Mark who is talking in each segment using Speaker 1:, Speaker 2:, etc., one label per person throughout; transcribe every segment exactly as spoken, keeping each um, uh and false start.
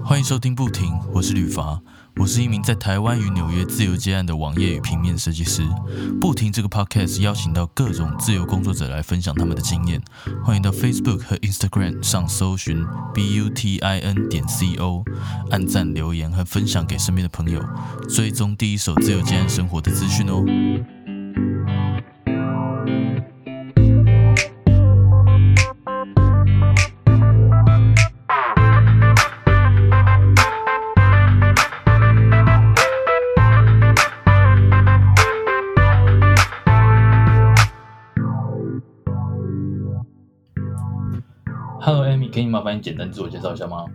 Speaker 1: 欢迎收听不停，我是吕伐，我是一名在台湾与纽约自由接案的网页与平面设计师。不停这个 podcast 邀请到各种自由工作者来分享他们的经验，欢迎到 Facebook 和 Instagram 上搜寻 B U T I N 点 C O， 按赞留言和分享给身边的朋友，追踪第一手自由接案生活的资讯哦。Hello Amy， 可以麻烦你简单自我介绍一下吗？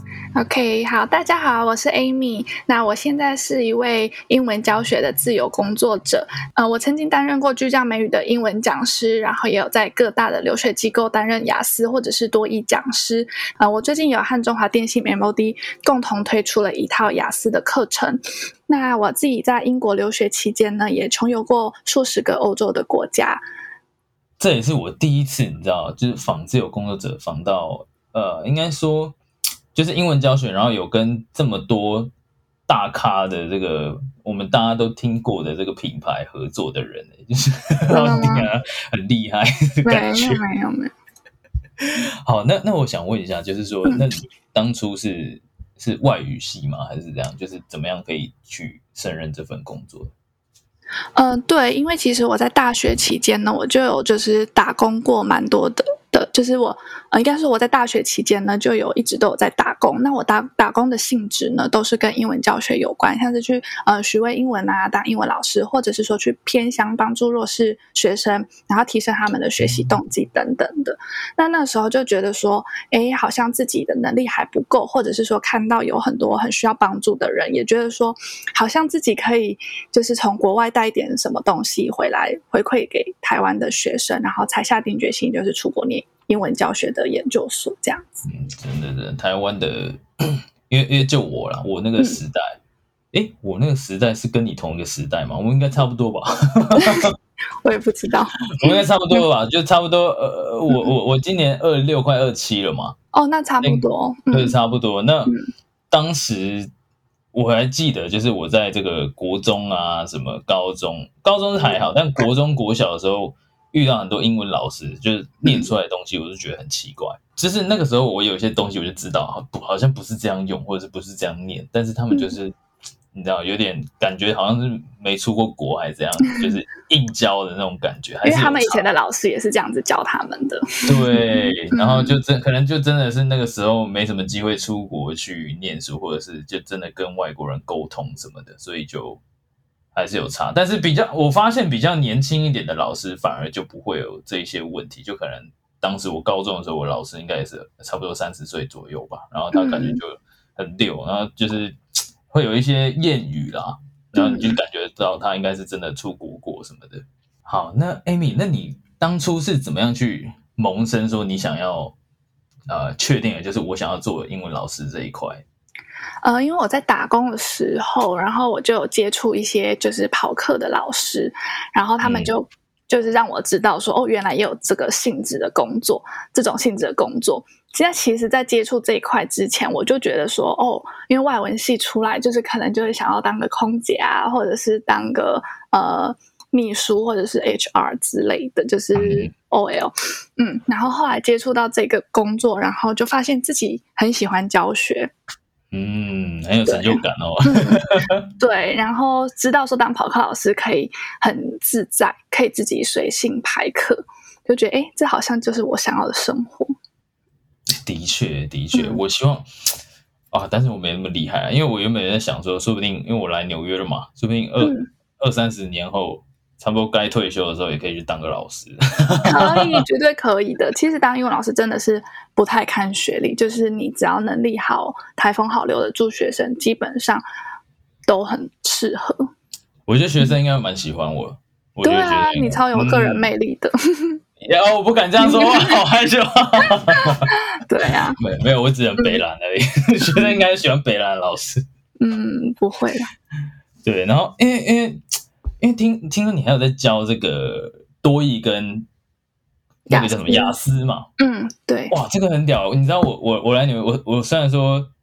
Speaker 2: OK， 好，大家好，我是 Amy。那我现在是一位英文教学的自由工作者。呃，我曾经担任过巨匠美语的英文讲师，然后也有在各大的留学机构担任雅思或者是多益讲师。呃，我最近有和中华电信 M O D 共同推出了一套雅思的课程。那我自己在英国留学期间呢，也穷游过数十个欧洲的国家。
Speaker 1: 这也是我第一次，你知道，就是访自由工作者，访到呃，应该说就是英文教学，然后有跟这么多大咖的这个我们大家都听过的这个品牌合作的人，就是很厉害的感觉。
Speaker 2: 没有没有。
Speaker 1: 好，那那我想问一下，就是说，那你当初是是外语系吗？还是这样？就是怎么样可以去胜任这份工作？
Speaker 2: 呃，对，因为其实我在大学期间呢，我就有就是打工过蛮多的的，就是我呃，应该是我在大学期间呢，就有一直都有在打工。那我打打工的性质呢，都是跟英文教学有关，像是去呃学位英文啊，当英文老师，或者是说去偏乡帮助弱势学生，然后提升他们的学习动机等等的。那那时候就觉得说，诶，好像自己的能力还不够，或者是说看到有很多很需要帮助的人，也觉得说，好像自己可以就是从国外带一点什么东西回来回馈给台湾的学生，然后才下定决心就是出国念英文教学的研究所这样子。
Speaker 1: 嗯，真的真的，台湾的，因为因为就我啦，我那个时代，哎、嗯，我那个时代是跟你同一个时代嘛，我们应该差不多吧？
Speaker 2: 我也不知道，
Speaker 1: 我们应该差不多吧，就差不多。呃，我我我今年二六快二七了嘛。
Speaker 2: 哦，那差不多，
Speaker 1: 对，嗯、差不多。那、
Speaker 2: 嗯、
Speaker 1: 当时我还记得，就是我在这个国中啊，什么高中，高中是还好，但国中国小的时候遇到很多英文老师，就是念出来的东西，我就觉得很奇怪。就是那个时候我有一些东西我就知道，不好像不是这样用，或者是不是这样念，但是他们就是。嗯你知道，有点感觉好像是没出过国还是这样，就是硬教的那种感觉。还是
Speaker 2: 因为他们以前的老师也是这样子教他们的。
Speaker 1: 对，然后就真可能就真的是那个时候没什么机会出国去念书，或者是就真的跟外国人沟通什么的，所以就还是有差。但是比较我发现比较年轻一点的老师反而就不会有这一些问题，就可能当时我高中的时候，我老师应该也是差不多三十岁左右吧，然后他感觉就很溜，然后就是。会有一些谚语啦，然后你就感觉到他应该是真的出国过什么的。好，那 Amy， 那你当初是怎么样去萌生说你想要呃确定的就是我想要做英文老师这一块？
Speaker 2: 呃，因为我在打工的时候，然后我就有接触一些就是跑课的老师，然后他们就、嗯、就是让我知道说，哦，原来也有这个性质的工作，这种性质的工作。现在其实在接触这一块之前，我就觉得说，哦，因为外文系出来，就是可能就是想要当个空姐啊，或者是当个呃秘书，或者是 H R 之类的，就是 O L。嗯，然后后来接触到这个工作，然后就发现自己很喜欢教学。
Speaker 1: 嗯，很有成就感哦。
Speaker 2: 嗯、对，然后知道说当跑课老师可以很自在，可以自己随性排课，就觉得哎，这好像就是我想要的生活。
Speaker 1: 的确，的确，嗯、我希望啊，但是我没那么厉害啊，因为我原本在想说，说不定因为我来纽约了嘛，说不定二、嗯、二三十年后，差不多该退休的时候，也可以去当个老师。
Speaker 2: 可以，绝对可以的。其实当英文老师真的是不太看学历，就是你只要能力好、台风好、留得住学生，基本上都很适合。
Speaker 1: 我觉得学生应该蛮喜欢我。我
Speaker 2: 对啊，你超有个人魅力的。
Speaker 1: 嗯哦，我不敢这样说话，好害羞。
Speaker 2: 对啊，
Speaker 1: 没没有，我只能北兰而已。嗯、学生应该喜欢北兰的老师。
Speaker 2: 嗯，不会啦。
Speaker 1: 对，然后因为因为因为听听说你还有在教这个多益跟那个叫什么雅思嘛？
Speaker 2: 嗯，对。
Speaker 1: 哇，这个很屌！你知道我我我来纽约，我我虽然说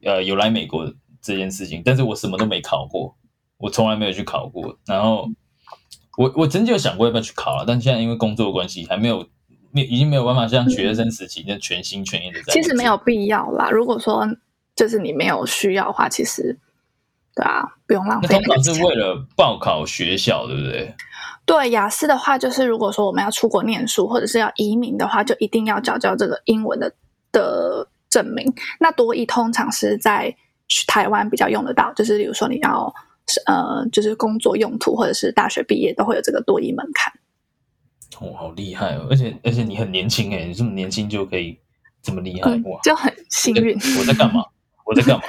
Speaker 1: 呃有来美国这件事情，但是我什么都没考过，我从来没有去考过。然后我我曾经有想过要不要去考了，但现在因为工作的关系，还没有没已经没有办法像学生时期那全心全意的在。
Speaker 2: 其实没有必要啦，如果说就是你没有需要的话，其实对啊，不用浪费那个钱。
Speaker 1: 那通常是为了报考学校，对不对？
Speaker 2: 对，雅思的话，就是如果说我们要出国念书或者是要移民的话，就一定要缴交这个英文的的证明。那多益通常是在台湾比较用得到，就是比如说你要呃，就是工作用途或者是大学毕业都会有这个多益门槛。
Speaker 1: 哦，好厉害哦！而且而且你很年轻哎，你这么年轻就可以这么厉害、嗯、哇，
Speaker 2: 就很幸运。
Speaker 1: 我在干嘛？我在干嘛？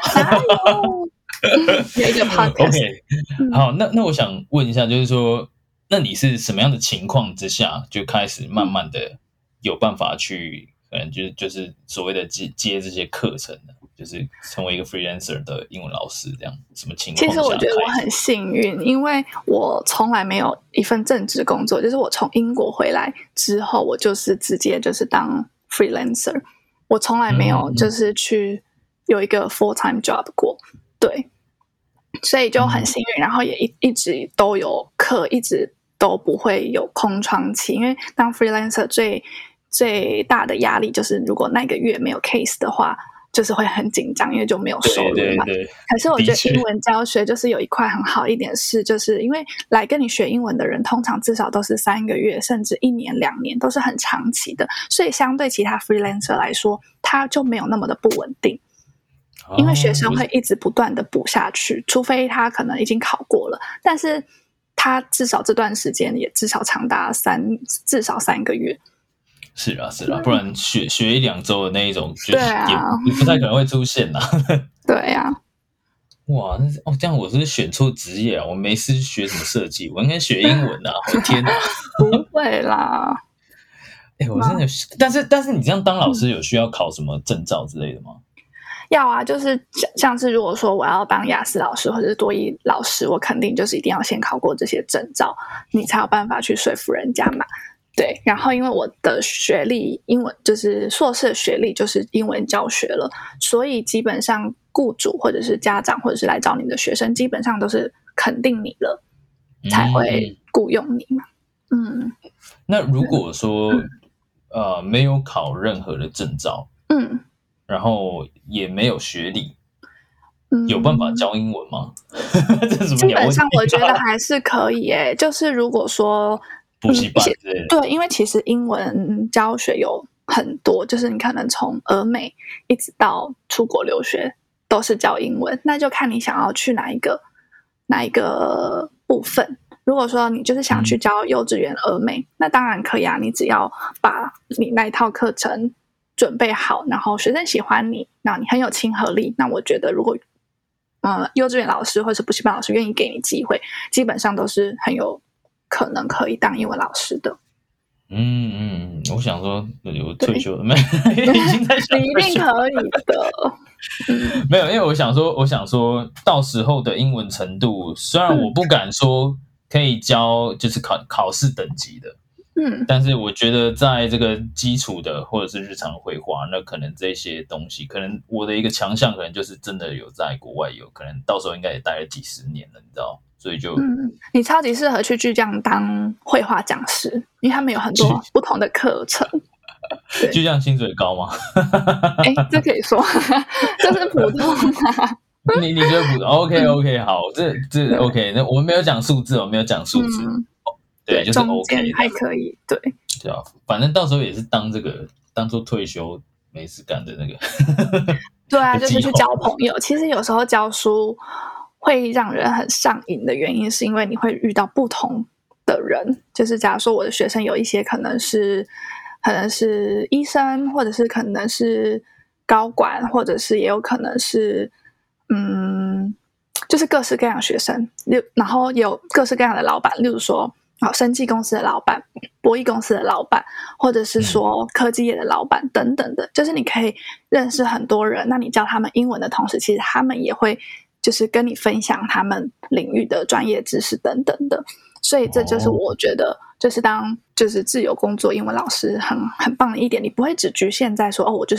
Speaker 2: 有一个 podcast。
Speaker 1: OK， 好，那那我想问一下，就是说，那你是什么样的情况之下就开始慢慢的有办法去，可能就是就是所谓的接接这些课程呢？就是成为一个 freelancer 的英文老师，这样什么情况下？
Speaker 2: 其实我觉得我很幸运，因为我从来没有一份正职工作，就是我从英国回来之后，我就是直接就是当 freelancer， 我从来没有就是去有一个 full time job 过，对，所以就很幸运，然后也一一直都有课，一直都不会有空窗期，因为当 freelancer 最最大的压力就是如果那个月没有 case 的话。就是会很紧张，因为就没有收入嘛。
Speaker 1: 对对对。
Speaker 2: 可是我觉得英文教学就是有一块很好一点是，就是因为来跟你学英文的人，通常至少都是三个月，甚至一年、两年，都是很长期的。所以相对其他 freelancer 来说，他就没有那么的不稳定，因为学生会一直不断的补下去，除非他可能已经考过了，但是他至少这段时间也至少长达三至少三个月。是
Speaker 1: 啊是啊，不然学学一两周的那一种，就
Speaker 2: 也
Speaker 1: 不太可能会出现啦。
Speaker 2: 对啊，
Speaker 1: 哇，那哦，这样我是选错职业啊！我没事学什么设计，我应该学英文啊！我天哪，
Speaker 2: 不会啦！
Speaker 1: 哎、欸，我真的，但是但是你这样当老师有需要考什么证照之类的吗？
Speaker 2: 要啊，就是像是如果说我要当雅思老师或者是多益老师，我肯定就是一定要先考过这些证照，你才有办法去说服人家嘛。对，然后因为我的学历英文就是硕士的学历就是英文教学了，所以基本上雇主或者是家长或者是来找你的学生，基本上都是肯定你了，才会雇用你嘛。嗯，
Speaker 1: 那如果说、嗯、呃没有考任何的证照，嗯，然后也没有学历，嗯、有办法教英文吗？这是什么
Speaker 2: 基本上我觉得还是可以诶，就是如果说。
Speaker 1: 补习班之类的、
Speaker 2: 嗯、对，因为其实英文教学有很多，就是你可能从俄美一直到出国留学都是教英文，那就看你想要去哪一个哪一个部分。如果说你就是想去教幼稚园俄美、嗯、那当然可以啊，你只要把你那一套课程准备好，然后学生喜欢你，那你很有亲和力，那我觉得如果呃幼稚园老师或者补习班老师愿意给你机会，基本上都是很有可能可以当英文老师的。
Speaker 1: 嗯嗯，我想说有退休了没？已经在想
Speaker 2: 你一定可以的。
Speaker 1: 嗯、没有，因为我想说，我想说到时候的英文程度，虽然我不敢说可以教，就是考考试等级的，嗯，但是我觉得在这个基础的或者是日常的绘画，那可能这些东西，可能我的一个强项，可能就是真的有在国外有，可能到时候应该也待了几十年了，你知道。所以就，
Speaker 2: 嗯，你超级适合去巨匠当绘画讲师，因为他们有很多不同的课程。
Speaker 1: 巨匠薪水高吗？
Speaker 2: 哎、欸，这可以说，这是普通的。
Speaker 1: 你你觉得普通 ？OK OK， 好，这这 OK， 那我们没有讲数字，我没有讲数字、嗯哦，对，就是 OK，
Speaker 2: 还可以，对，
Speaker 1: 对啊，反正到时候也是当这个当做退休没事干的那个。
Speaker 2: 对啊，就是去交朋友。其实有时候教书会让人很上瘾的原因，是因为你会遇到不同的人。就是假如说我的学生有一些可能是可能是医生，或者是可能是高管，或者是也有可能是嗯，就是各式各样的学生，然后也有各式各样的老板，例如说好生技公司的老板、博弈公司的老板，或者是说科技业的老板等等的，就是你可以认识很多人。那你教他们英文的同时，其实他们也会就是跟你分享他们领域的专业知识等等的，所以这就是我觉得就是当就是自由工作英文老师很很棒的一点，你不会只局限在说哦，我就是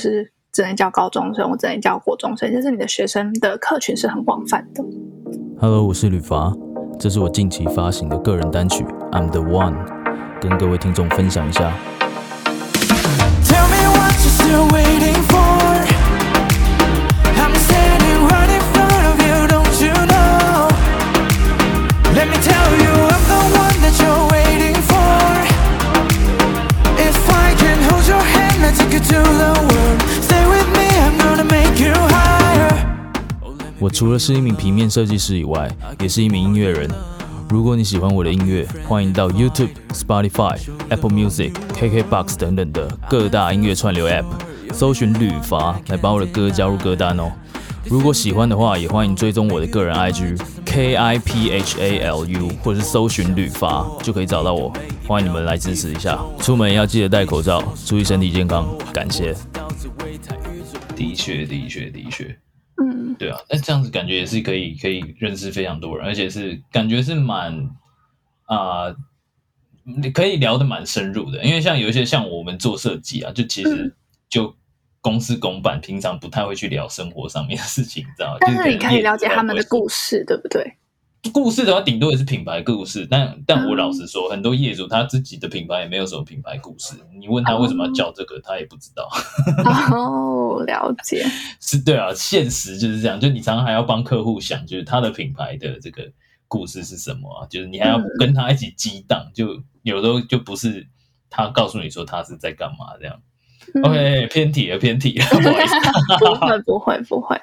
Speaker 2: 只能教高中生，我只能教国中生，就是你的学生的客群是很广泛的。
Speaker 3: Hello， 我是吕伐，这是我近期发行的个人单曲 I'm the One， 跟各位听众分享一下。
Speaker 4: Tell me what you're still waiting for. I'm standing right in front of you, don't you know? Let me tell you, I'm the one that you're waiting for. If I can hold your hand, I'll take you to the world. Stay with me, I'm gonna make you higher.
Speaker 3: 我除了是一名平面设计师以外，也是一名音乐人。如果你喜欢我的音乐，欢迎到 YouTube、Spotify、Apple Music、K K B O X 等等的各大音乐串流 App 搜寻吕伐来把我的歌加入歌单哦。如果喜欢的话，也欢迎追踪我的个人 I G K I P H A L U， 或者是搜寻吕伐就可以找到我。欢迎你们来支持一下，出门要记得戴口罩，注意身体健康。感谢。
Speaker 1: 的确，的确，的确。
Speaker 2: 嗯，
Speaker 1: 对啊，那这样子感觉也是可以可以认识非常多人，而且是感觉是蛮啊、呃，可以聊得蛮深入的。因为像有一些像我们做设计啊，就其实就公事公办，平常不太会去聊生活上面的事情，你知道吗？
Speaker 2: 但是你可以了解他们的故事，对不对？
Speaker 1: 故事的话，顶多也是品牌故事，但但我老实说，嗯、很多业主他自己的品牌也没有什么品牌故事。你问他为什么要叫这个，哦、他也不知道。
Speaker 2: 哦，了解。
Speaker 1: 是，对啊，现实就是这样。就你常常还要帮客户想，就是他的品牌的这个故事是什么啊？就是你还要跟他一起激荡，嗯、就有时候就不是他告诉你说他是在干嘛这样。嗯、OK， 偏题了，偏题了，不好意思。
Speaker 2: 不会，不会，不会。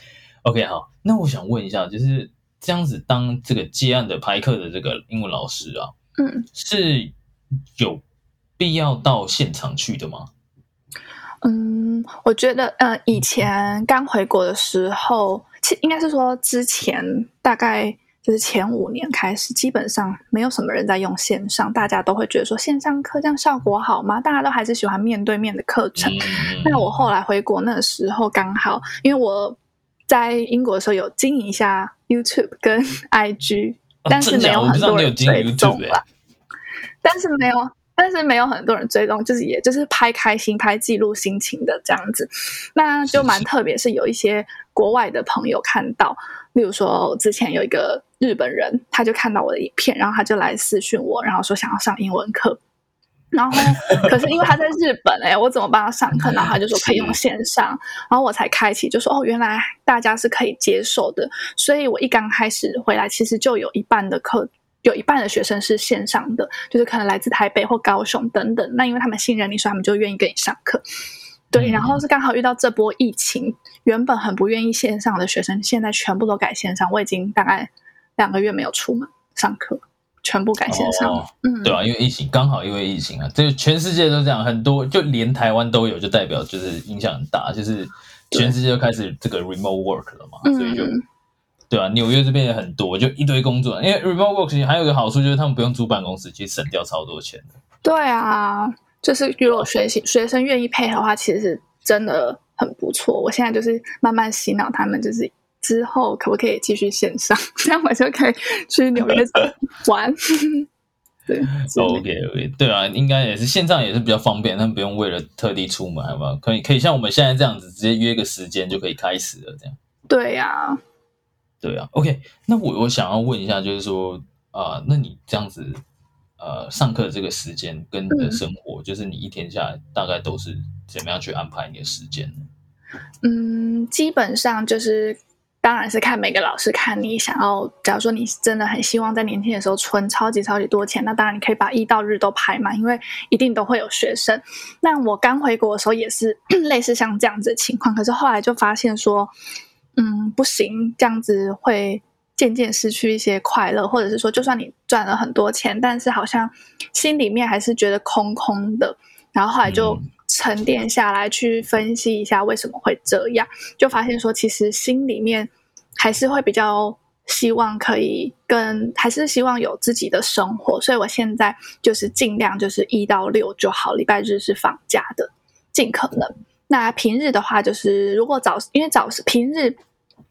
Speaker 1: OK， 好，那我想问一下，就是。这样子当这个接案的排课的这个英文老师啊，嗯，是有必要到现场去的吗？
Speaker 2: 嗯，我觉得呃，以前刚回国的时候，其应该是说之前大概就是前五年开始，基本上没有什么人在用线上，大家都会觉得说线上课这样效果好吗？大家都还是喜欢面对面的课程。嗯、那我后来回国那个时候刚好，因为我在英国的时候有经营一下 YouTube 跟 I G，、哦、但是没有很多人追踪啦。但是没有，但是没有很多人追踪，就是也就是拍开心、拍记录心情的这样子。那就蛮特别，是有一些国外的朋友看到，例如说之前有一个日本人，他就看到我的影片，然后他就来私讯我，然后说想要上英文课。然后，可是因为他在日本哎、欸，我怎么帮他上课？然后他就说可以用线上，然后我才开启，就说哦，原来大家是可以接受的。所以我一刚开始回来，其实就有一半的课，有一半的学生是线上的，就是可能来自台北或高雄等等。那因为他们信任你，所以他们就愿意跟你上课。对，然后是刚好遇到这波疫情，原本很不愿意线上的学生，现在全部都改线上。我已经大概两个月没有出门上课。全部改线上，哦、
Speaker 1: 嗯，对啊，因为疫情刚好因为疫情啊，这个全世界都这样，很多就连台湾都有，就代表就是影响很大，就是全世界都开始这个 remote work 了嘛，所以就对啊，纽约这边也很多，就一堆工作，因为 remote work 还有一个好处就是他们不用租办公室，其实省掉超多钱的。
Speaker 2: 对啊，就是如果学习学生愿意配合的话，其实是真的很不错。我现在就是慢慢洗脑他们，就是。之后可不可以继续线上？这样我就可以去纽约玩。对
Speaker 1: ，OK OK， 对啊，应该也是线上也是比较方便，他们不用为了特地出门，好不好？可以可以像我们现在这样子，直接约个时间就可以开始了，这样。
Speaker 2: 对呀、啊，
Speaker 1: 对啊 ，OK。那我我想要问一下，就是说啊、呃，那你这样子呃上课的这个时间跟你的生活，嗯、就是你一天下来大概都是怎么样去安排你的时间呢？
Speaker 2: 嗯，基本上就是。当然是看每个老师，看你想要，假如说你真的很希望在年轻的时候存超级超级多钱，那当然你可以把一到日都排满，因为一定都会有学生。那我刚回国的时候也是类似像这样子的情况，可是后来就发现说，嗯，不行，这样子会渐渐失去一些快乐，或者是说，就算你赚了很多钱，但是好像心里面还是觉得空空的。然后后来就沉淀下来，去分析一下为什么会这样，就发现说，其实心里面还是会比较希望可以跟，还是希望有自己的生活，所以我现在就是尽量就是一到六就好，礼拜日是放假的，尽可能。那平日的话，就是如果早，因为早平日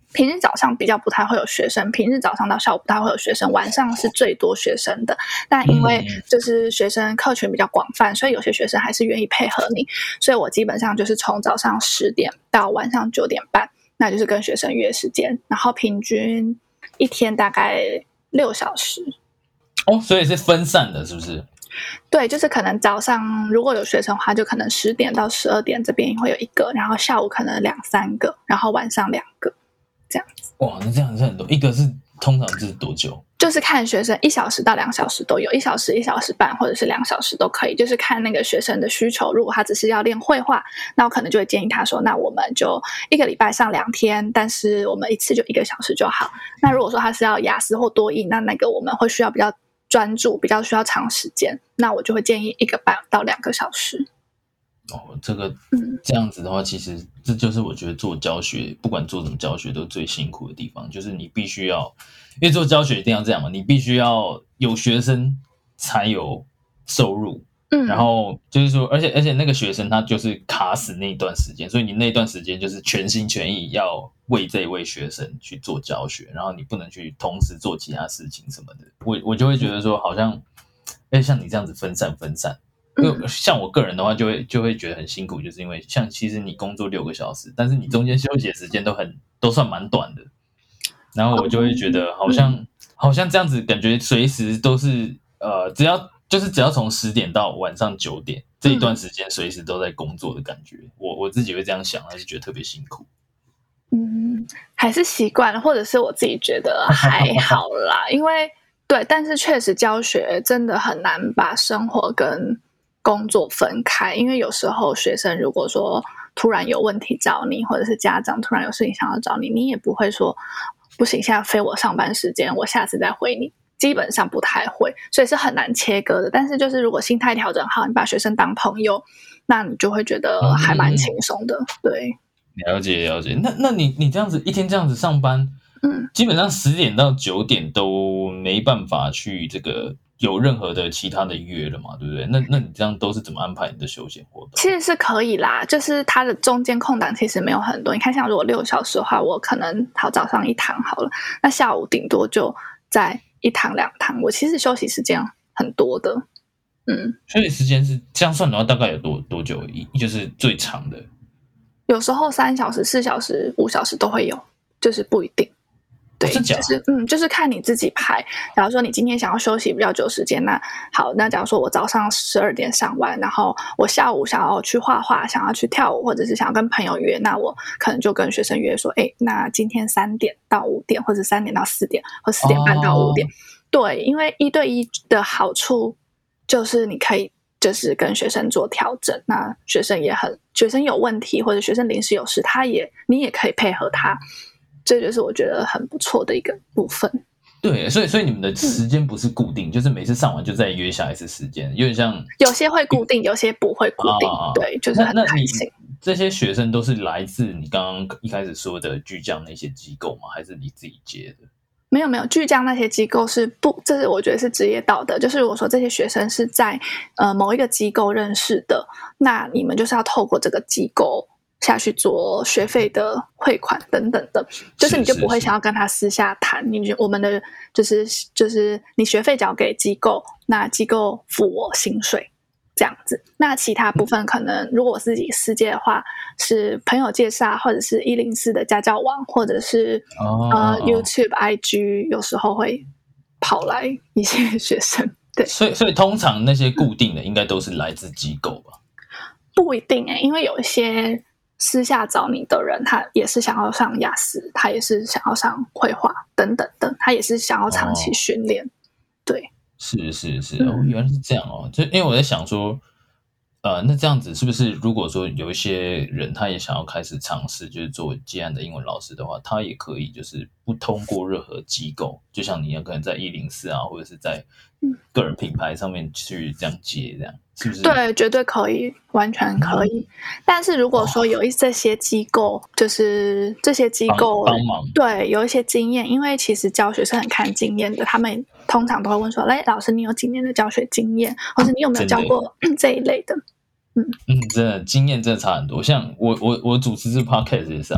Speaker 2: 平日早上比较不太会有学生，平日早上到下午不太会有学生，晚上是最多学生的。但因为就是学生客群比较广泛，所以有些学生还是愿意配合你，所以我基本上就是从早上十点到晚上九点半，那就是跟学生约时间，然后平均一天大概六小时。
Speaker 1: 哦，所以是分散的，是不是？
Speaker 2: 对，就是可能早上如果有学生的话，就可能十点到十二点这边会有一个，然后下午可能两三个，然后晚上两个，这样子。
Speaker 1: 哇，那这样子很多，一个是通常是多久？
Speaker 2: 就是看学生，一小时到两小时都有，一小时、一小时半或者是两小时都可以，就是看那个学生的需求。如果他只是要练绘画，那我可能就会建议他说，那我们就一个礼拜上两天，但是我们一次就一个小时就好。那如果说他是要雅思或多益，那那个我们会需要比较专注，比较需要长时间，那我就会建议一个半到两个小时。
Speaker 1: 哦，这个这样子的话，其实这就是我觉得做教学，不管做什么教学，都最辛苦的地方，就是你必须要，因为做教学一定要这样嘛，你必须要有学生才有收入，嗯，然后就是说，而且而且那个学生他就是卡死那一段时间，所以你那段时间就是全心全意要为这一位学生去做教学，然后你不能去同时做其他事情什么的。我我就会觉得说，好像，哎，像你这样子分散分散。因为像我个人的话就会就会觉得很辛苦，就是因为像其实你工作六个小时，但是你中间休息的时间都很都算蛮短的，然后我就会觉得好像、嗯、好像这样子感觉随时都是呃只要就是只要从十点到晚上九点这一段时间随时都在工作的感觉，我我自己会这样想，还是觉得特别辛苦。
Speaker 2: 嗯，还是习惯了，或者是我自己觉得还好啦，因为对，但是确实教学真的很难把生活跟工作分开，因为有时候学生如果说突然有问题找你，或者是家长突然有事情想要找你，你也不会说不行，现在非我上班时间，我下次再回你，基本上不太会，所以是很难切割的。但是就是如果心态调整好，你把学生当朋友，那你就会觉得还蛮轻松的。对，
Speaker 1: 了解了解。那那你你这样子一天这样子上班，嗯，基本上十点到九点都没办法去这个有任何的其他的约了嘛，对不对？那那你这样都是怎么安排你的休闲活动？
Speaker 2: 其实是可以啦，就是它的中间空档其实没有很多。你看，像如果六小时的话，我可能好早上一堂好了，那下午顶多就在一堂两堂，我其实休息时间很多的。嗯，
Speaker 1: 休息时间是这样算的话，大概有多多久？就是最长的，
Speaker 2: 有时候三小时、四小时、五小时都会有，就是不一定。对，就是嗯，就是看你自己排。假如说你今天想要休息比较久时间，那好，那假如说我早上十二点上完，然后我下午想要去画画，想要去跳舞，或者是想要跟朋友约，那我可能就跟学生约说，哎，那今天三点到五点，或者三点到四点，或四点半到五点。哦、对，因为一对一的好处就是你可以就是跟学生做调整，那学生也很学生有问题或者学生临时有事，他也你也可以配合他。这就是我觉得很不错的一个部分。
Speaker 1: 对，所以所以你们的时间不是固定，嗯、就是每次上完就再约下一次时间，有点像
Speaker 2: 有些会固定，有些不会固定。啊、对，就是很弹性。
Speaker 1: 这些学生都是来自你刚刚一开始说的巨匠那些机构吗？还是你自己接的？
Speaker 2: 没有没有，巨匠那些机构是不，这是我觉得是职业道德。就是如果说这些学生是在呃某一个机构认识的，那你们就是要透过这个机构下去做学费的汇款等等的，就是你就不会想要跟他私下谈，你我们的就是就是你学费交给机构，那机构付我薪水这样子。那其他部分可能如果我自己私接的话，是朋友介绍，或者是一零四的家教网，或者是、哦、呃 YouTube、I G， 有时候会跑来一些学生。对，
Speaker 1: 所以所以通常那些固定的应该都是来自机构吧？
Speaker 2: 不一定欸，因为有一些私下找你的人，他也是想要上雅思，他也是想要上绘画等等的，他也是想要长期训练。哦、对，
Speaker 1: 是是是、哦，原来是这样哦。就因为我在想说，呃，那这样子是不是如果说有一些人他也想要开始尝试，就是做接案的英文老师的话，他也可以就是不通过任何机构，就像你可能在一零四啊，或者是在个人品牌上面去这样接，这样是不是？
Speaker 2: 对，绝对可以，完全可以。嗯、但是如果说有一这些机构，就是这些机构
Speaker 1: 帮忙，
Speaker 2: 对，有一些经验，因为其实教学是很看经验的，他们通常都会问说：“哎，老师，你有几年的教学经验，或者你有没有教过这一类的？”嗯
Speaker 1: 嗯，真的经验真的差很多。像我我我主持这 podcast 也是啊，就是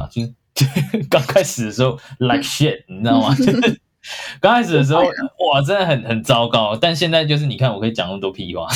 Speaker 1: 刚开始的时候 like shit， 你知道吗？就是刚开始的时候，哇，真的很很糟糕。但现在就是你看，我可以讲那么多屁话，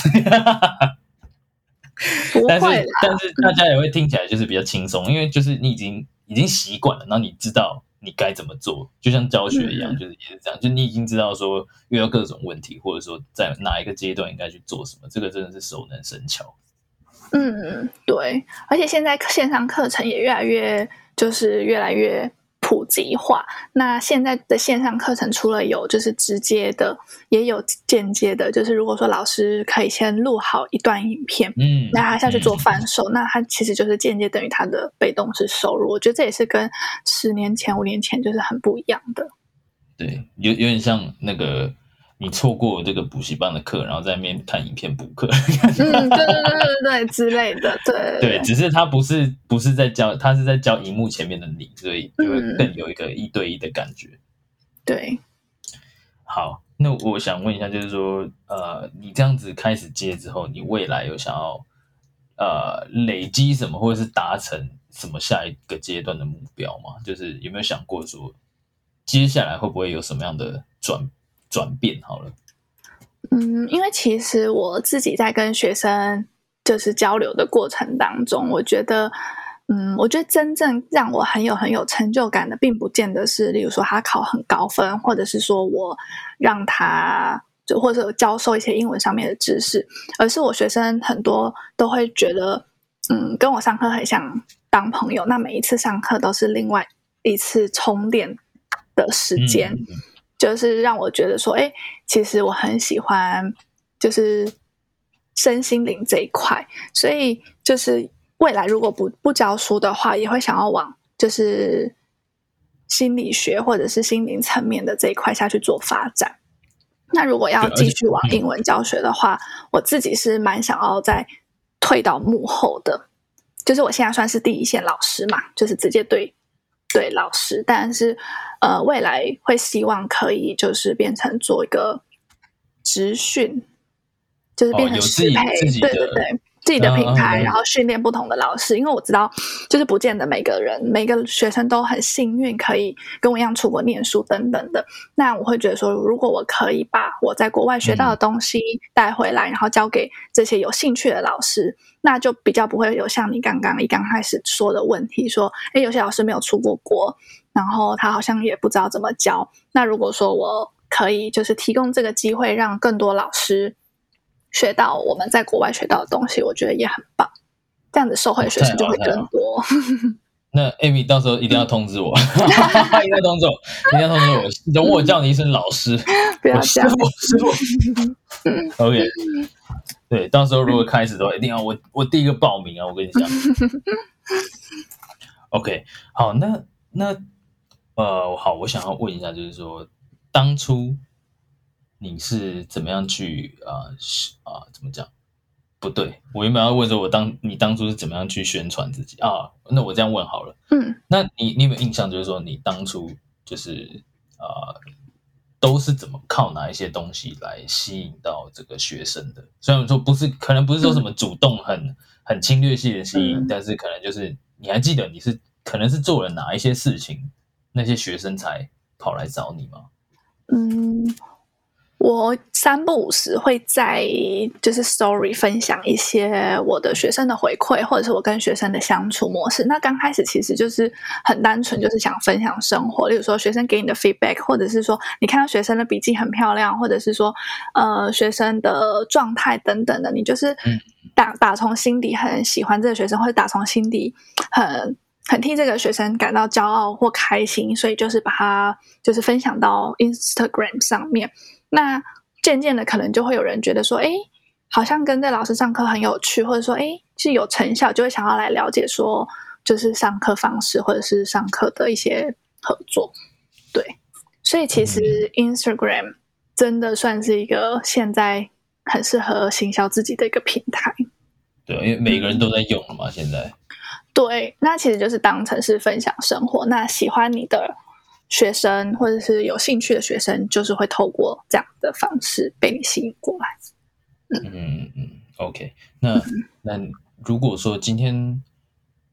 Speaker 1: 但是但是大家也会听起来就是比较轻松，因为就是你已经已经习惯了，然后你知道你该怎么做，就像教学一样，嗯、就是也是这样，就你已经知道说遇到各种问题，或者说在哪一个阶段应该去做什么，这个真的是熟能生巧。
Speaker 2: 嗯，对，而且现在线上课程也越来越就是越来越普及化。那现在的线上课程除了有就是直接的，也有间接的。就是如果说老师可以先录好一段影片，嗯，那他下去做贩售，嗯、那他其实就是间接等于他的被动式收入。我觉得这也是跟十年前、五年前就是很不一样的。
Speaker 1: 对，有有点像那个。你错过这个补习班的课，然后在那边看影片补课，
Speaker 2: 嗯，对对对对对之类的，对
Speaker 1: 对，只是他不是不是在教，他是在教荧幕前面的你，所以就会更有一个一对一的感觉。嗯、
Speaker 2: 对，
Speaker 1: 好，那我想问一下，就是说，呃，你这样子开始接之后，你未来有想要呃累积什么，或者是达成什么下一个阶段的目标吗？就是有没有想过说，接下来会不会有什么样的转？转变好了，
Speaker 2: 嗯，因为其实我自己在跟学生就是交流的过程当中，我觉得，嗯，我觉得真正让我很有很有成就感的，并不见得是，例如说他考很高分，或者是说我让他就或者教授一些英文上面的知识，而是我学生很多都会觉得，嗯，跟我上课很像当朋友，那每一次上课都是另外一次充电的时间。嗯嗯就是让我觉得说，哎，其实我很喜欢，就是身心灵这一块，所以就是未来如果不不教书的话，也会想要往就是心理学或者是心灵层面的这一块下去做发展。那如果要继续往英文教学的话，我自己是蛮想要再退到幕后的，就是我现在算是第一线老师嘛，就是直接对。对老师，但是呃，未来会希望可以就是变成做一个职训，就是变成适配，
Speaker 1: 哦、
Speaker 2: 对对对，自己的品牌，
Speaker 1: 嗯、
Speaker 2: 然后训练不同的老师。因为我知道，就是不见得每个人每个学生都很幸运可以跟我一样出国念书等等的。那我会觉得说，如果我可以把我在国外学到的东西带回来，嗯、然后交给这些有兴趣的老师。那就比较不会有像你刚刚一刚开始说的问题，说，诶，有些老师没有出过国，然后他好像也不知道怎么教。那如果说我可以就是提供这个机会，让更多老师学到我们在国外学到的东西，我觉得也很棒。这样子受惠的学生就会更多。
Speaker 1: 那 Amy 到时候一定要通知我，一定要通知我，一定要通知我，容我叫你一声老师，
Speaker 2: 不要这样，
Speaker 1: 师傅，师傅。OK。对，到时候如果开始的话，一定要我我第一个报名啊！我跟你讲。OK， 好，那那呃，好，我想要问一下，就是说，当初你是怎么样去啊啊、呃呃？怎么讲？不对，我原本要问说，我当你当初是怎么样去宣传自己啊？那我这样问好了，
Speaker 2: 嗯，
Speaker 1: 那你你有没有印象？就是说，你当初就是啊。呃都是怎么靠哪一些东西来吸引到这个学生的？虽然说不是，可能不是说什么主动很、嗯、很侵略性的吸引，嗯、但是可能就是你还记得你是可能是做了哪一些事情，那些学生才跑来找你吗？
Speaker 2: 嗯，我三不五时会在就是 story 分享一些我的学生的回馈，或者是我跟学生的相处模式。那刚开始其实就是很单纯，就是想分享生活，例如说学生给你的 feedback， 或者是说你看到学生的笔记很漂亮，或者是说呃学生的状态等等的，你就是打打从心底很喜欢这个学生，或者打从心底很很替这个学生感到骄傲或开心，所以就是把它就是分享到 Instagram 上面。那渐渐的可能就会有人觉得说，诶，好像跟这老师上课很有趣，或者说诶是有成效，就会想要来了解说就是上课方式或者是上课的一些合作。对，所以其实 Instagram 真的算是一个现在很适合行销自己的一个平台。
Speaker 1: 对，因为每个人都在用了嘛，嗯、现在。
Speaker 2: 对，那其实就是当成是分享生活。那喜欢你的学生或者是有兴趣的学生，就是会透过这样的方式被你吸引过来。
Speaker 1: 嗯嗯嗯 ，OK 那。那那如果说今天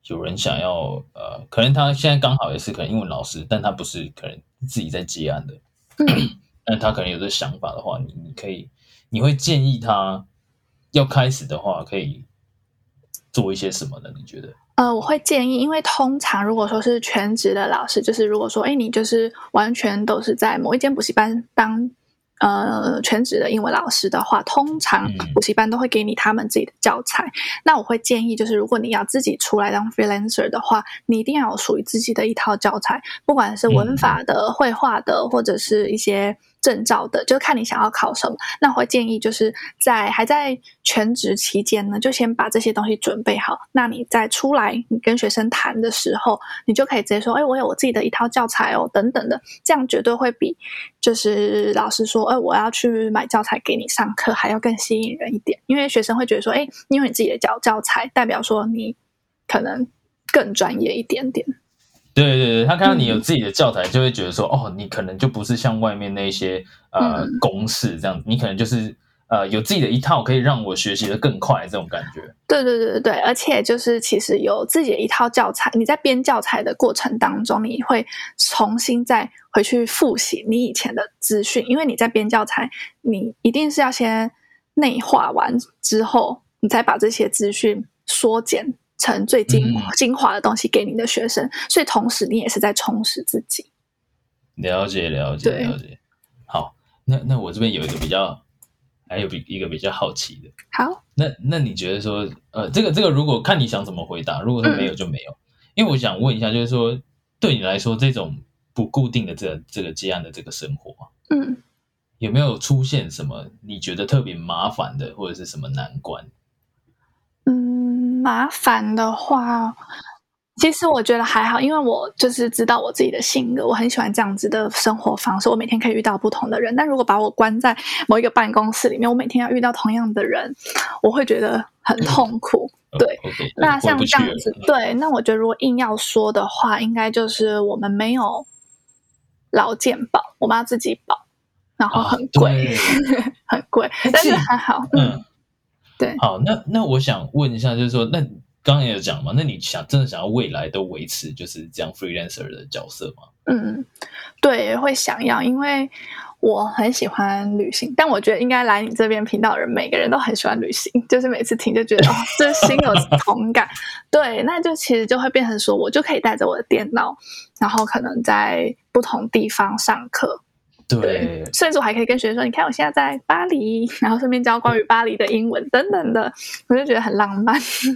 Speaker 1: 有人想要呃，可能他现在刚好也是可能英文老师，但他不是可能自己在接案的，但他可能有这想法的话，你你可以你会建议他要开始的话，可以做一些什么呢？你觉得？
Speaker 2: 呃，我会建议，因为通常如果说是全职的老师，就是如果说，哎，你就是完全都是在某一间补习班当呃全职的英文老师的话，通常补习班都会给你他们自己的教材。嗯、那我会建议，就是如果你要自己出来当 freelancer 的话，你一定要有属于自己的一套教材，不管是文法的、嗯、绘画的，或者是一些证照的，就看你想要考什么。那我会建议就是在还在全职期间呢，就先把这些东西准备好。那你在出来你跟学生谈的时候，你就可以直接说，哎，我有我自己的一套教材哦，等等的，这样绝对会比就是老师说，哎，我要去买教材给你上课还要更吸引人一点。因为学生会觉得说，哎，你有你自己的教教材，代表说你可能更专业一点点。
Speaker 1: 对对对，他看到你有自己的教材，就会觉得说，嗯、哦，你可能就不是像外面那些呃、嗯、公式这样子，你可能就是呃有自己的一套，可以让我学习的更快这种感觉。
Speaker 2: 对对对对，而且就是其实有自己的一套教材，你在编教材的过程当中，你会重新再回去复习你以前的资讯，因为你在编教材，你一定是要先内化完之后，你才把这些资讯缩减成最精华、嗯、精华的东西给你的学生，所以同时你也是在充实自己。
Speaker 1: 了解了解了解。好，那那我这边有一个比较，还有一个比较好奇的。
Speaker 2: 好，
Speaker 1: 那那你觉得说，呃，这个这个如果看你想怎么回答，如果说没有就没有，嗯、因为我想问一下，就是说对你来说，这种不固定的这个这个接案的这个生活，
Speaker 2: 嗯，
Speaker 1: 有没有出现什么你觉得特别麻烦的，或者是什么难关？
Speaker 2: 嗯，麻烦的话，其实我觉得还好，因为我就是知道我自己的性格，我很喜欢这样子的生活方式，我每天可以遇到不同的人。但如果把我关在某一个办公室里面，我每天要遇到同样的人，我会觉得很痛苦。对，
Speaker 1: okay,
Speaker 2: 那像这样子，对，那我觉得如果硬要说的话，应该就是我们没有劳健保，我们要自己保，然后很贵，啊、很贵，但是还好，嗯。嗯对，
Speaker 1: 好，那那我想问一下，就是说，那刚刚也有讲嘛，那你想真的想要未来都维持就是这样 freelancer 的角色吗？
Speaker 2: 嗯，对，会想要，因为我很喜欢旅行，但我觉得应该来你这边频道的人，每个人都很喜欢旅行，就是每次听就觉得哦，这心有同感。对，那就其实就会变成说，我就可以带着我的电脑，然后可能在不同地方上课。
Speaker 1: 对，
Speaker 2: 甚至我还可以跟学生说，你看我现在在巴黎，然后顺便教关于巴黎的英文等等的，我就觉得很浪漫。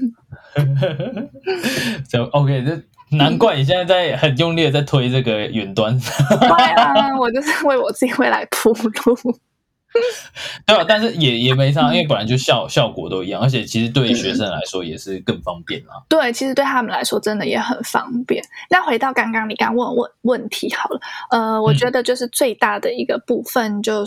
Speaker 1: 就 OK， 这难怪你现在在很用力的在推这个远端。
Speaker 2: 对啊，我就是为我自己未来铺路。
Speaker 1: 对啊，但是也也没差，因为本来就效效果都一样，而且其实对学生来说也是更方便啦。
Speaker 2: 对，其实对他们来说真的也很方便。那回到刚刚你刚问问问题好了，呃，我觉得就是最大的一个部分就是。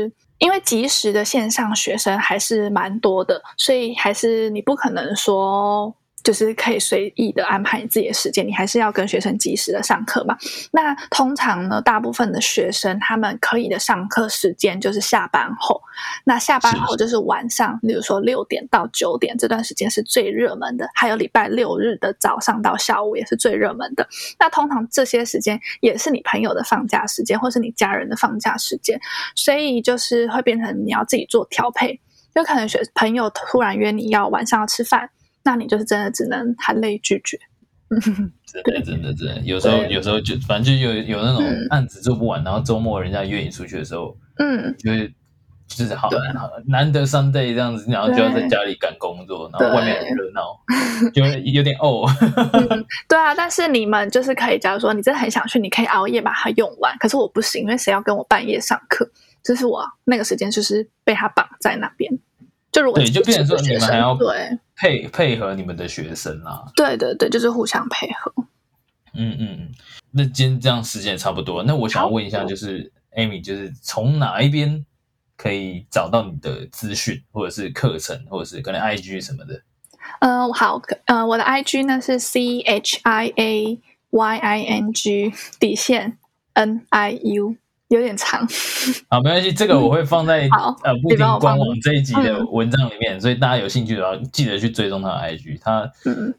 Speaker 2: 嗯，因为即时的线上学生还是蛮多的，所以还是你不可能说就是可以随意的安排你自己的时间，你还是要跟学生即时的上课嘛。那通常呢，大部分的学生他们可以的上课时间就是下班后，那下班后就是晚上，例如说六点到九点这段时间是最热门的，还有礼拜六日的早上到下午也是最热门的。那通常这些时间也是你朋友的放假时间，或是你家人的放假时间，所以就是会变成你要自己做调配，就可能学朋友突然约你要晚上要吃饭，那你就是真的只能含泪拒绝。
Speaker 1: 真的真的真的，有时候有时候就反正就有有那种案子做不完，嗯、然后周末人家约你出去的时候，嗯，就会就是好难得 Sunday 这样子，然后就要在家里赶工作，然后外面很热闹，就有点哦、
Speaker 2: 嗯。对啊，但是你们就是可以，假如说你真的很想去，你可以熬夜把它用完。可是我不行，因为谁要跟我半夜上课？就是我那个时间就是被他绑在那边。就如果
Speaker 1: 对，就变成说你们还要对配配合你们的学生啦。
Speaker 2: 对对对，就是互相配合。
Speaker 1: 嗯嗯嗯，那今天这样时间也差不多，那我想要问一下，就是 Amy， 就是从哪一边可以找到你的资讯，或者是课程，或者是可能 I G 什么的？
Speaker 2: 嗯、呃，好，呃，我的 I G 呢是 C H I A Y I N G 底线 N I U。有点长，
Speaker 1: 好，没关系，这个我会放在、嗯、呃布丁官网这一集的文章里面，嗯、所以大家有兴趣的话，记得去追踪他的 I G， 他、嗯、他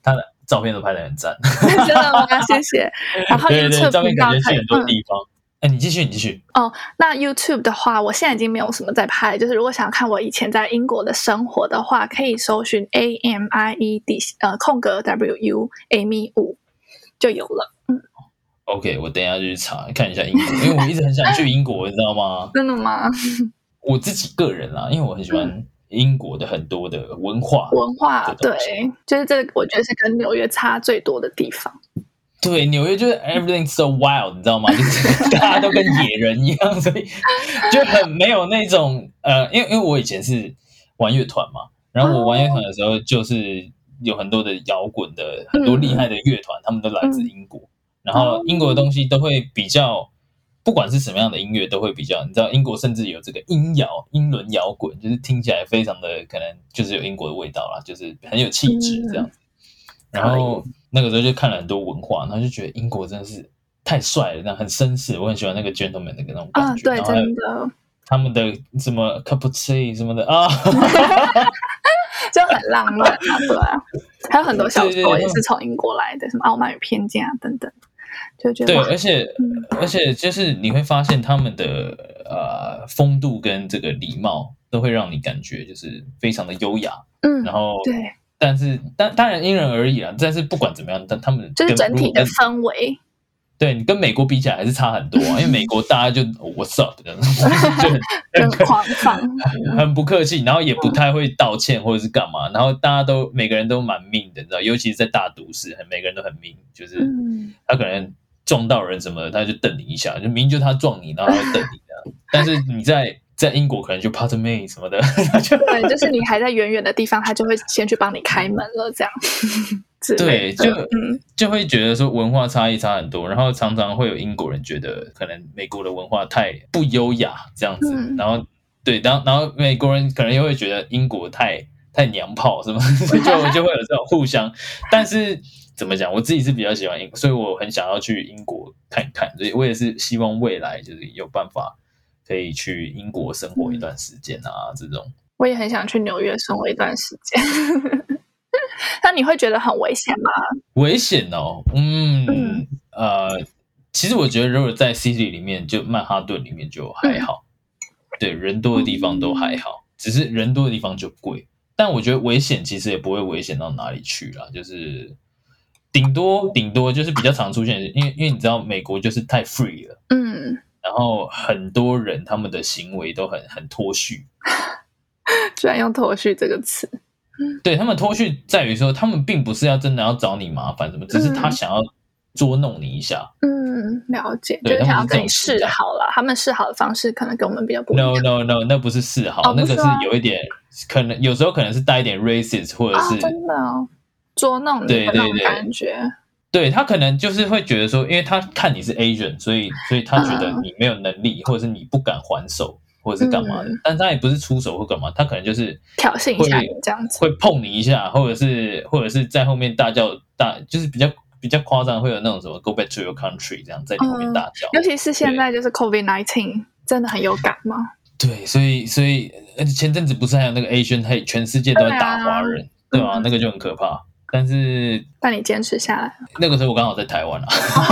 Speaker 1: 照片都拍得很赞。
Speaker 2: 真的吗？谢谢。然后
Speaker 1: 对对对，
Speaker 2: YouTube
Speaker 1: 照片
Speaker 2: 频道可以
Speaker 1: 感觉去很多
Speaker 2: 嗯
Speaker 1: 地方。哎、你继续，你继续。
Speaker 2: 哦，那 YouTube 的话，我现在已经没有什么在拍，就是如果想看我以前在英国的生活的话，可以搜寻 A M I E 底呃空格 W U Amy 五就有了。嗯，
Speaker 1: OK， 我等一下就去查看一下英国，因为我一直很想去英国，你知道吗？
Speaker 2: 真的吗？
Speaker 1: 我自己个人啦，因为我很喜欢英国的很多的文化
Speaker 2: 文化对
Speaker 1: 的东西，
Speaker 2: 就是这个，我觉得是跟纽约差最多的地方。
Speaker 1: 对，纽约就是 everything so wild， 你知道吗？就是大家都跟野人一样，所以就很没有那种呃，因为因为我以前是玩乐团嘛，然后我玩乐团的时候，就是有很多的摇滚的很多厉害的乐团，他们都来自英国，然后英国的东西都会比较，不管是什么样的音乐，都会比较，你知道，英国甚至有这个音摇、英伦摇滚，就是听起来非常的可能就是有英国的味道啦，就是很有气质这样子。然后那个时候就看了很多文化，然后就觉得英国真的是太帅了，那很绅士，我很喜欢那个 gentleman 的那种感觉。
Speaker 2: 啊，对，
Speaker 1: 然后还有
Speaker 2: 真的
Speaker 1: 他们的什么 cappuccino 什么的啊，
Speaker 2: 就很浪漫啊，对啊，还有很多小
Speaker 1: 对对对
Speaker 2: 说也是从英国来的，什么《傲慢与偏见》啊等等，就觉得
Speaker 1: 对，
Speaker 2: 哇
Speaker 1: 而且、
Speaker 2: 嗯
Speaker 1: 而且就是你会发现他们的呃风度跟这个礼貌都会让你感觉就是非常的优雅，
Speaker 2: 嗯，
Speaker 1: 然后
Speaker 2: 对，
Speaker 1: 但是当当然因人而异啦，但是不管怎么样，但他们
Speaker 2: 就是
Speaker 1: 跟
Speaker 2: 整体的
Speaker 1: 如果跟
Speaker 2: 氛围，
Speaker 1: 对你跟美国比起来还是差很多啊，因为美国大家就、哦、What's up 的，就很
Speaker 2: 就很狂放，
Speaker 1: 很不客气，然后也不太会道歉或者是干嘛，然后大家都每个人都蛮命的，你知道，尤其是在大都市，很每个人都很命，就是
Speaker 2: 嗯
Speaker 1: 他可能撞到人什么的，他就瞪你一下，就明明就他撞你，然后他会瞪你的，但是你在在英国可能就 Pardon me 什么的，他就
Speaker 2: 对，就是你还在远远的地方，他就会先去帮你开门了，这样。之类
Speaker 1: 对，
Speaker 2: 的
Speaker 1: 就、
Speaker 2: 嗯
Speaker 1: 就会觉得说文化差异差很多，然后常常会有英国人觉得可能美国的文化太不优雅这样子，
Speaker 2: 嗯
Speaker 1: 然后对，然后然后美国人可能又会觉得英国太太娘炮什么，就就会有这种互相，但是怎么讲，我自己是比较喜欢英，所以我很想要去英国看一看，所以我也是希望未来就是有办法可以去英国生活一段时间啊，这种。
Speaker 2: 我也很想去纽约生活一段时间。那你会觉得很危险吗？
Speaker 1: 危险哦，嗯，
Speaker 2: 嗯
Speaker 1: 呃，其实我觉得如果在 city 里面，就曼哈顿里面就还好，对，人多的地方都还好，只是人多的地方就贵。但我觉得危险其实也不会危险到哪里去啦，就是顶多顶多就是比较常出现的，因为因为你知道美国就是太 free 了，
Speaker 2: 嗯，
Speaker 1: 然后很多人他们的行为都很很脱序，
Speaker 2: 居然用脱序这个词。
Speaker 1: 对，他们脱序在于说，他们并不是要真的要找你麻烦什么，只是他想要捉弄你一下。
Speaker 2: 嗯，了解，就
Speaker 1: 对
Speaker 2: 是想要跟你
Speaker 1: 他们是这种心态
Speaker 2: 示好啦。他们示好的方式可能跟我们比较不一样。
Speaker 1: No no no， 那不是示好，那个是
Speaker 2: 哦不是吗
Speaker 1: 有一点可能，有时候可能是带一点 racist， 或者
Speaker 2: 啊，
Speaker 1: 是、
Speaker 2: 真的哦，捉弄你
Speaker 1: 对
Speaker 2: 的那种
Speaker 1: 对对
Speaker 2: 感觉。
Speaker 1: 对他可能就是会觉得说，因为他看你是 Asian， 所以所以他觉得
Speaker 2: 嗯
Speaker 1: 你没有能力，或者是你不敢还手，或者是干嘛的，
Speaker 2: 嗯
Speaker 1: 但他也不是出手或干嘛，他可能就是
Speaker 2: 挑衅一下
Speaker 1: 会
Speaker 2: 你这样子。
Speaker 1: 会碰你一下，或者是或者是在后面大叫大，就是比较比较夸张，会有那种什么 Go back to your country 这样在你后面大叫。
Speaker 2: 尤其是现在就是 COVID 十九，真的很有感吗？
Speaker 1: 对，所以所以而且前阵子不是还有那个 Asian Hate，全世界都在打华人，对吧、
Speaker 2: 嗯
Speaker 1: 那个就很可怕。但是
Speaker 2: 但你坚持下来
Speaker 1: 那个时候我刚好在台湾啊。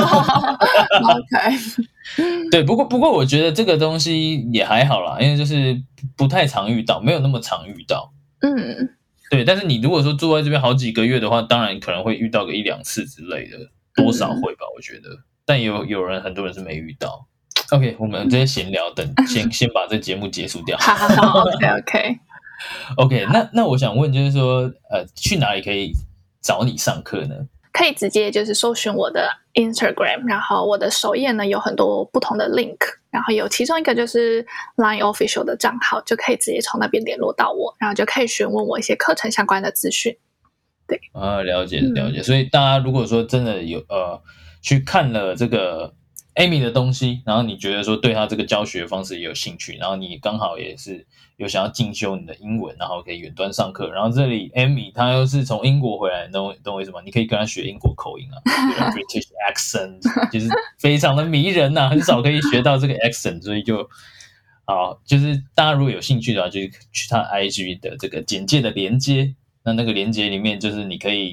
Speaker 2: ，OK，
Speaker 1: 对，不过不过我觉得这个东西也还好啦，因为就是不太常遇到，没有那么常遇到。
Speaker 2: 嗯，
Speaker 1: 对，但是你如果说住在这边好几个月的话，当然可能会遇到个一两次之类的，多少会吧，我觉得。但有有人很多人是没遇到。OK， 我们这些闲聊等先先把这节目结束掉。
Speaker 2: 好好好，OK OK。
Speaker 1: OK， 那那我想问就是说，呃，去哪里可以找你上课呢？
Speaker 2: 可以直接就是搜寻我的 Instagram， 然后我的首页呢有很多不同的 link， 然后有其中一个就是 Line Official 的账号，就可以直接从那边联络到我，然后就可以询问我一些课程相关的资讯。对
Speaker 1: 啊，了解了解。所以大家如果说真的有呃去看了这个 Amy 的东西，然后你觉得说对她这个教学方式也有兴趣，然后你刚好也是有想要进修你的英文，然后可以远端上课，然后这里 Amy 她又是从英国回来，懂懂我意思吗？你可以跟她学英国口音啊，British accent 就是非常的迷人呐、啊，很少可以学到这个 accent， 所以就好，就是大家如果有兴趣的话，就去她 I G 的这个简介的连接，那那个连接里面就是你可以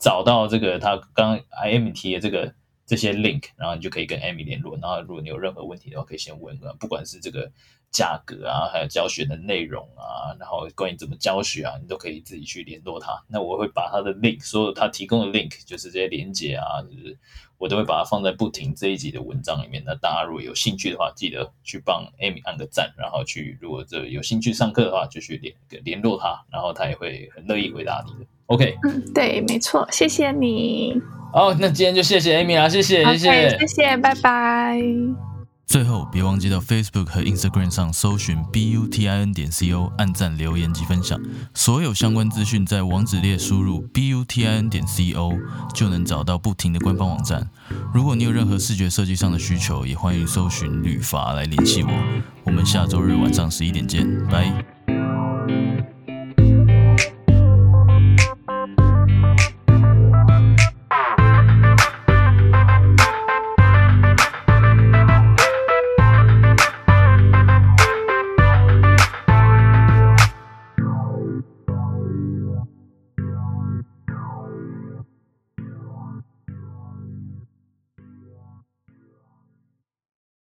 Speaker 1: 找到这个他刚刚 Amy 提的这个这些 link， 然后你就可以跟 Amy 联络。然后如果你有任何问题的话，可以先问，不管是这个价格啊，还有教学的内容啊，然后关于怎么教学啊，你都可以自己去联络他。那我会把他的 link， 所有他提供的 link， 就是这些连结啊，就是我都会把它放在不停这一集的文章里面。那大家如果有兴趣的话，记得去帮 Amy 按个赞，然后去如果这有兴趣上课的话，就去联联络他，然后他也会很乐意回答你的。OK，
Speaker 2: 嗯，对，没错，谢谢你。
Speaker 1: 好，那今天就谢谢 Amy 啦，谢谢，谢谢，
Speaker 2: okay, 谢谢，拜拜。
Speaker 3: 最后，别忘记到 Facebook 和 Instagram 上搜寻 B U T I N 点 C O， 按赞、留言及分享。所有相关资讯在网址列输入 B U T I N 点 C O 就能找到不停的官方网站。如果你有任何视觉设计上的需求，也欢迎搜寻旅法来联系我。我们下周日晚上十一点见，拜。